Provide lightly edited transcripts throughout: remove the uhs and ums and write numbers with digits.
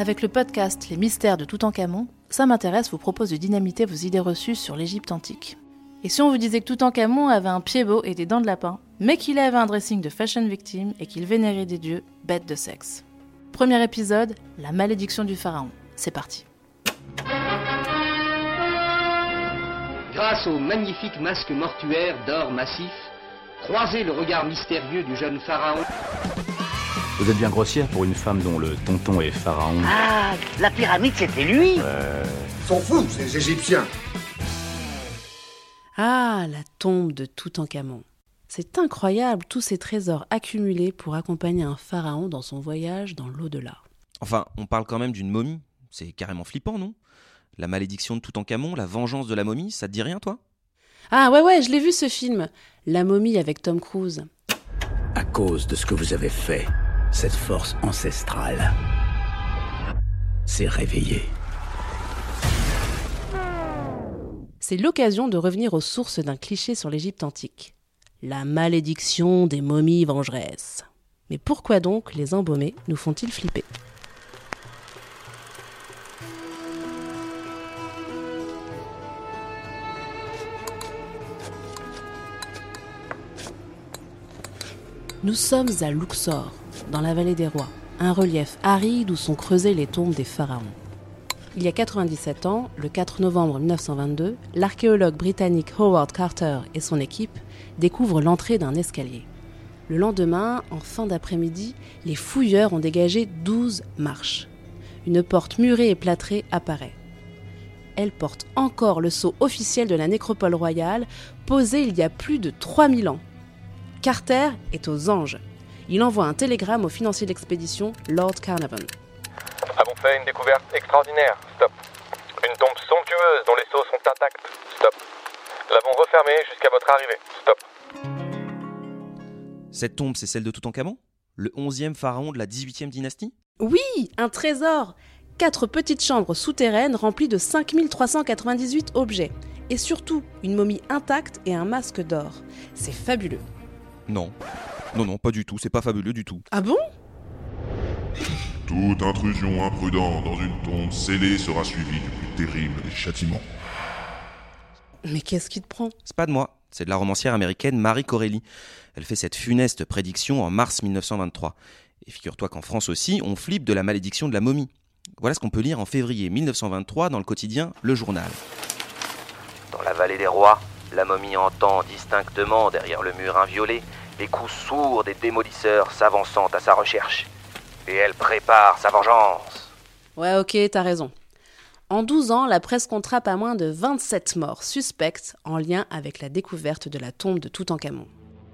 Avec le podcast Les mystères de Toutankhamon, Ça m'intéresse vous propose de dynamiter vos idées reçues sur l'Égypte antique. Et si on vous disait que Toutankhamon avait un pied beau et des dents de lapin, mais qu'il avait un dressing de fashion victime et qu'il vénérait des dieux bêtes de sexe. Premier épisode, la malédiction du pharaon. C'est parti. Grâce au magnifique masque mortuaire d'or massif, croisez le regard mystérieux du jeune pharaon. Vous êtes bien grossière pour une femme dont le tonton est pharaon. Ah, la pyramide, c'était lui. Ils sont fous, ces Égyptiens. Ah, la tombe de Toutankhamon. C'est incroyable tous ces trésors accumulés pour accompagner un pharaon dans son voyage dans l'au-delà. Enfin, on parle quand même d'une momie. C'est carrément flippant, non ? La malédiction de Toutankhamon, la vengeance de la momie, ça te dit rien, toi ? Ah ouais, je l'ai vu ce film. La momie avec Tom Cruise. À cause de ce que vous avez fait, cette force ancestrale s'est réveillée. C'est l'occasion de revenir aux sources d'un cliché sur l'Égypte antique. La malédiction des momies vengeresses. Mais pourquoi donc les embaumés nous font-ils flipper ? Nous sommes à Luxor, dans la vallée des rois, un relief aride où sont creusées les tombes des pharaons. Il y a 97 ans, le 4 novembre 1922, l'archéologue britannique Howard Carter et son équipe découvrent l'entrée d'un escalier. Le lendemain, en fin d'après-midi, les fouilleurs ont dégagé 12 marches. Une porte murée et plâtrée apparaît. Elle porte encore le sceau officiel de la nécropole royale, posé il y a plus de 3000 ans. Carter est aux anges. Il envoie un télégramme au financier de l'expédition, Lord Carnarvon. Avons fait une découverte extraordinaire. Stop. Une tombe somptueuse dont les sceaux sont intacts. Stop. L'avons refermée jusqu'à votre arrivée. Stop. Cette tombe, c'est celle de Toutankhamon ? Le 11e pharaon de la 18e dynastie ? Oui, un trésor ! 4 petites chambres souterraines remplies de 5398 objets. Et surtout, une momie intacte et un masque d'or. C'est fabuleux. Non, pas du tout, c'est pas fabuleux du tout. Ah bon ? Toute intrusion imprudente dans une tombe scellée sera suivie du plus terrible des châtiments. Mais qu'est-ce qui te prend ? C'est pas de moi, c'est de la romancière américaine Marie Corelli. Elle fait cette funeste prédiction en mars 1923. Et figure-toi qu'en France aussi, on flippe de la malédiction de la momie. Voilà ce qu'on peut lire en février 1923 dans le quotidien Le Journal. Dans la vallée des rois, la momie entend distinctement derrière le mur inviolé les coups sourds des démolisseurs s'avançant à sa recherche. Et elle prépare sa vengeance. Ouais, ok, t'as raison. En 12 ans, la presse comptera pas moins de 27 morts suspectes en lien avec la découverte de la tombe de Toutankhamon.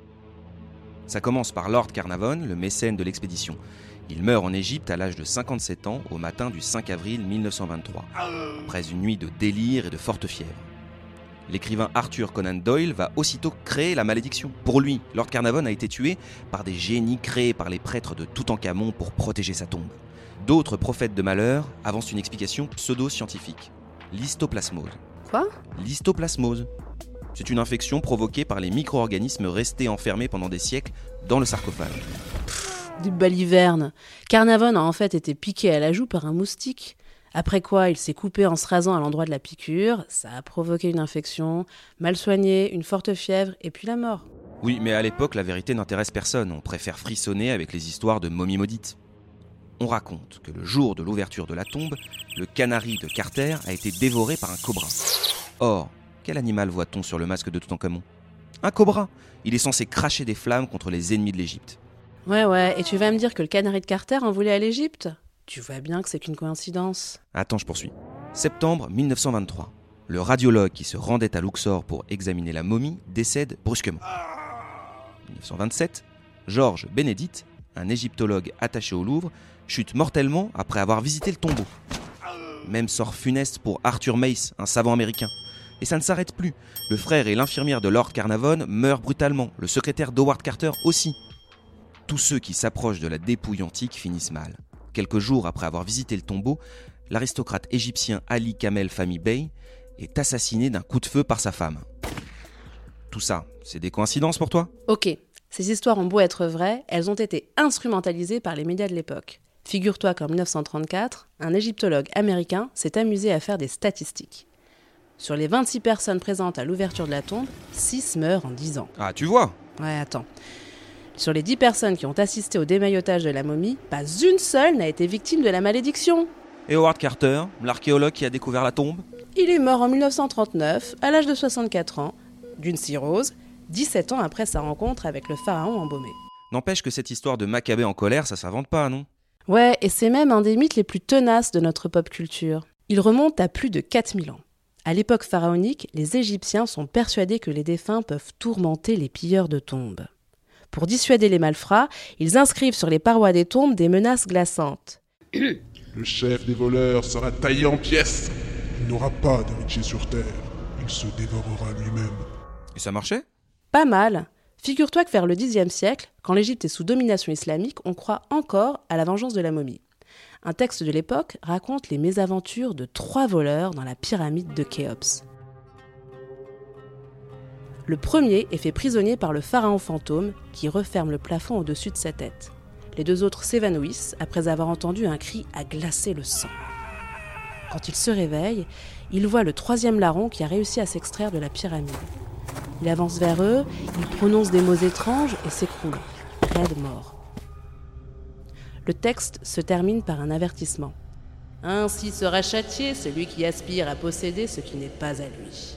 Ça commence par Lord Carnarvon, le mécène de l'expédition. Il meurt en Égypte à l'âge de 57 ans au matin du 5 avril 1923, après une nuit de délire et de forte fièvre. L'écrivain Arthur Conan Doyle va aussitôt créer la malédiction. Pour lui, Lord Carnarvon a été tué par des génies créés par les prêtres de Toutankhamon pour protéger sa tombe. D'autres prophètes de malheur avancent une explication pseudo-scientifique. L'histoplasmose. Quoi ? L'histoplasmose. C'est une infection provoquée par les micro-organismes restés enfermés pendant des siècles dans le sarcophage. Des balivernes. Carnarvon a en fait été piqué à la joue par un moustique. Après quoi, il s'est coupé en se rasant à l'endroit de la piqûre, ça a provoqué une infection, mal soignée, une forte fièvre et puis la mort. Oui, mais à l'époque, la vérité n'intéresse personne, on préfère frissonner avec les histoires de momies maudites. On raconte que le jour de l'ouverture de la tombe, le canari de Carter a été dévoré par un cobra. Or, quel animal voit-on sur le masque de Toutankhamon ? Un cobra. Il est censé cracher des flammes contre les ennemis de l'Égypte. Ouais, et tu vas me dire que le canari de Carter en voulait à l'Égypte ? Tu vois bien que c'est qu'une coïncidence. Attends, je poursuis. Septembre 1923. Le radiologue qui se rendait à Luxor pour examiner la momie décède brusquement. 1927, Georges Benedict, un égyptologue attaché au Louvre, chute mortellement après avoir visité le tombeau. Même sort funeste pour Arthur Mace, un savant américain. Et ça ne s'arrête plus. Le frère et l'infirmière de Lord Carnarvon meurent brutalement, le secrétaire d'Howard Carter aussi. Tous ceux qui s'approchent de la dépouille antique finissent mal. Quelques jours après avoir visité le tombeau, l'aristocrate égyptien Ali Kamel Fahmy Bey est assassiné d'un coup de feu par sa femme. Tout ça, c'est des coïncidences pour toi ? Ok, ces histoires ont beau être vraies, elles ont été instrumentalisées par les médias de l'époque. Figure-toi qu'en 1934, un égyptologue américain s'est amusé à faire des statistiques. Sur les 26 personnes présentes à l'ouverture de la tombe, 6 meurent en 10 ans. Ah, tu vois ? Ouais, attends. Sur les 10 personnes qui ont assisté au démaillotage de la momie, pas une seule n'a été victime de la malédiction. Et Howard Carter, l'archéologue qui a découvert la tombe ? Il est mort en 1939, à l'âge de 64 ans, d'une cirrhose, 17 ans après sa rencontre avec le pharaon embaumé. N'empêche que cette histoire de Maccabée en colère, ça s'invente pas, non ? Ouais, et c'est même un des mythes les plus tenaces de notre pop culture. Il remonte à plus de 4000 ans. À l'époque pharaonique, les Égyptiens sont persuadés que les défunts peuvent tourmenter les pilleurs de tombes. Pour dissuader les malfrats, ils inscrivent sur les parois des tombes des menaces glaçantes. Le chef des voleurs sera taillé en pièces. Il n'aura pas d'amitié sur terre. Il se dévorera lui-même. Et ça marchait ? Pas mal. Figure-toi que vers le Xe siècle, quand l'Égypte est sous domination islamique, on croit encore à la vengeance de la momie. Un texte de l'époque raconte les mésaventures de 3 voleurs dans la pyramide de Khéops. Le premier est fait prisonnier par le pharaon fantôme qui referme le plafond au-dessus de sa tête. Les 2 autres s'évanouissent après avoir entendu un cri à glacer le sang. Quand il se réveille, il voit le 3e larron qui a réussi à s'extraire de la pyramide. Il avance vers eux, il prononce des mots étranges et s'écroule, raide mort. Le texte se termine par un avertissement. Ainsi sera châtié celui qui aspire à posséder ce qui n'est pas à lui.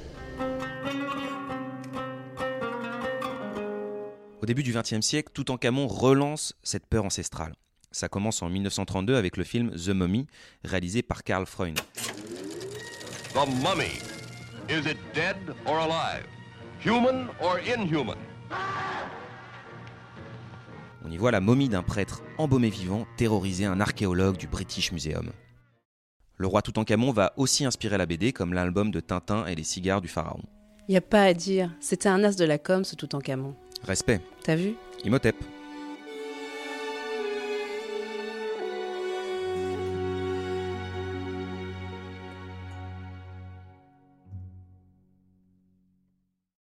Au début du XXe siècle, Toutankhamon relance cette peur ancestrale. Ça commence en 1932 avec le film The Mummy, réalisé par Karl Freund. The mummy. Is it dead or alive? Human or inhuman? On y voit la momie d'un prêtre embaumé vivant terroriser un archéologue du British Museum. Le roi Toutankhamon va aussi inspirer la BD comme l'album de Tintin et les cigares du pharaon. Y a pas à dire, c'était un as de la com ce Toutankhamon. Respect. T'as vu ? Imhotep.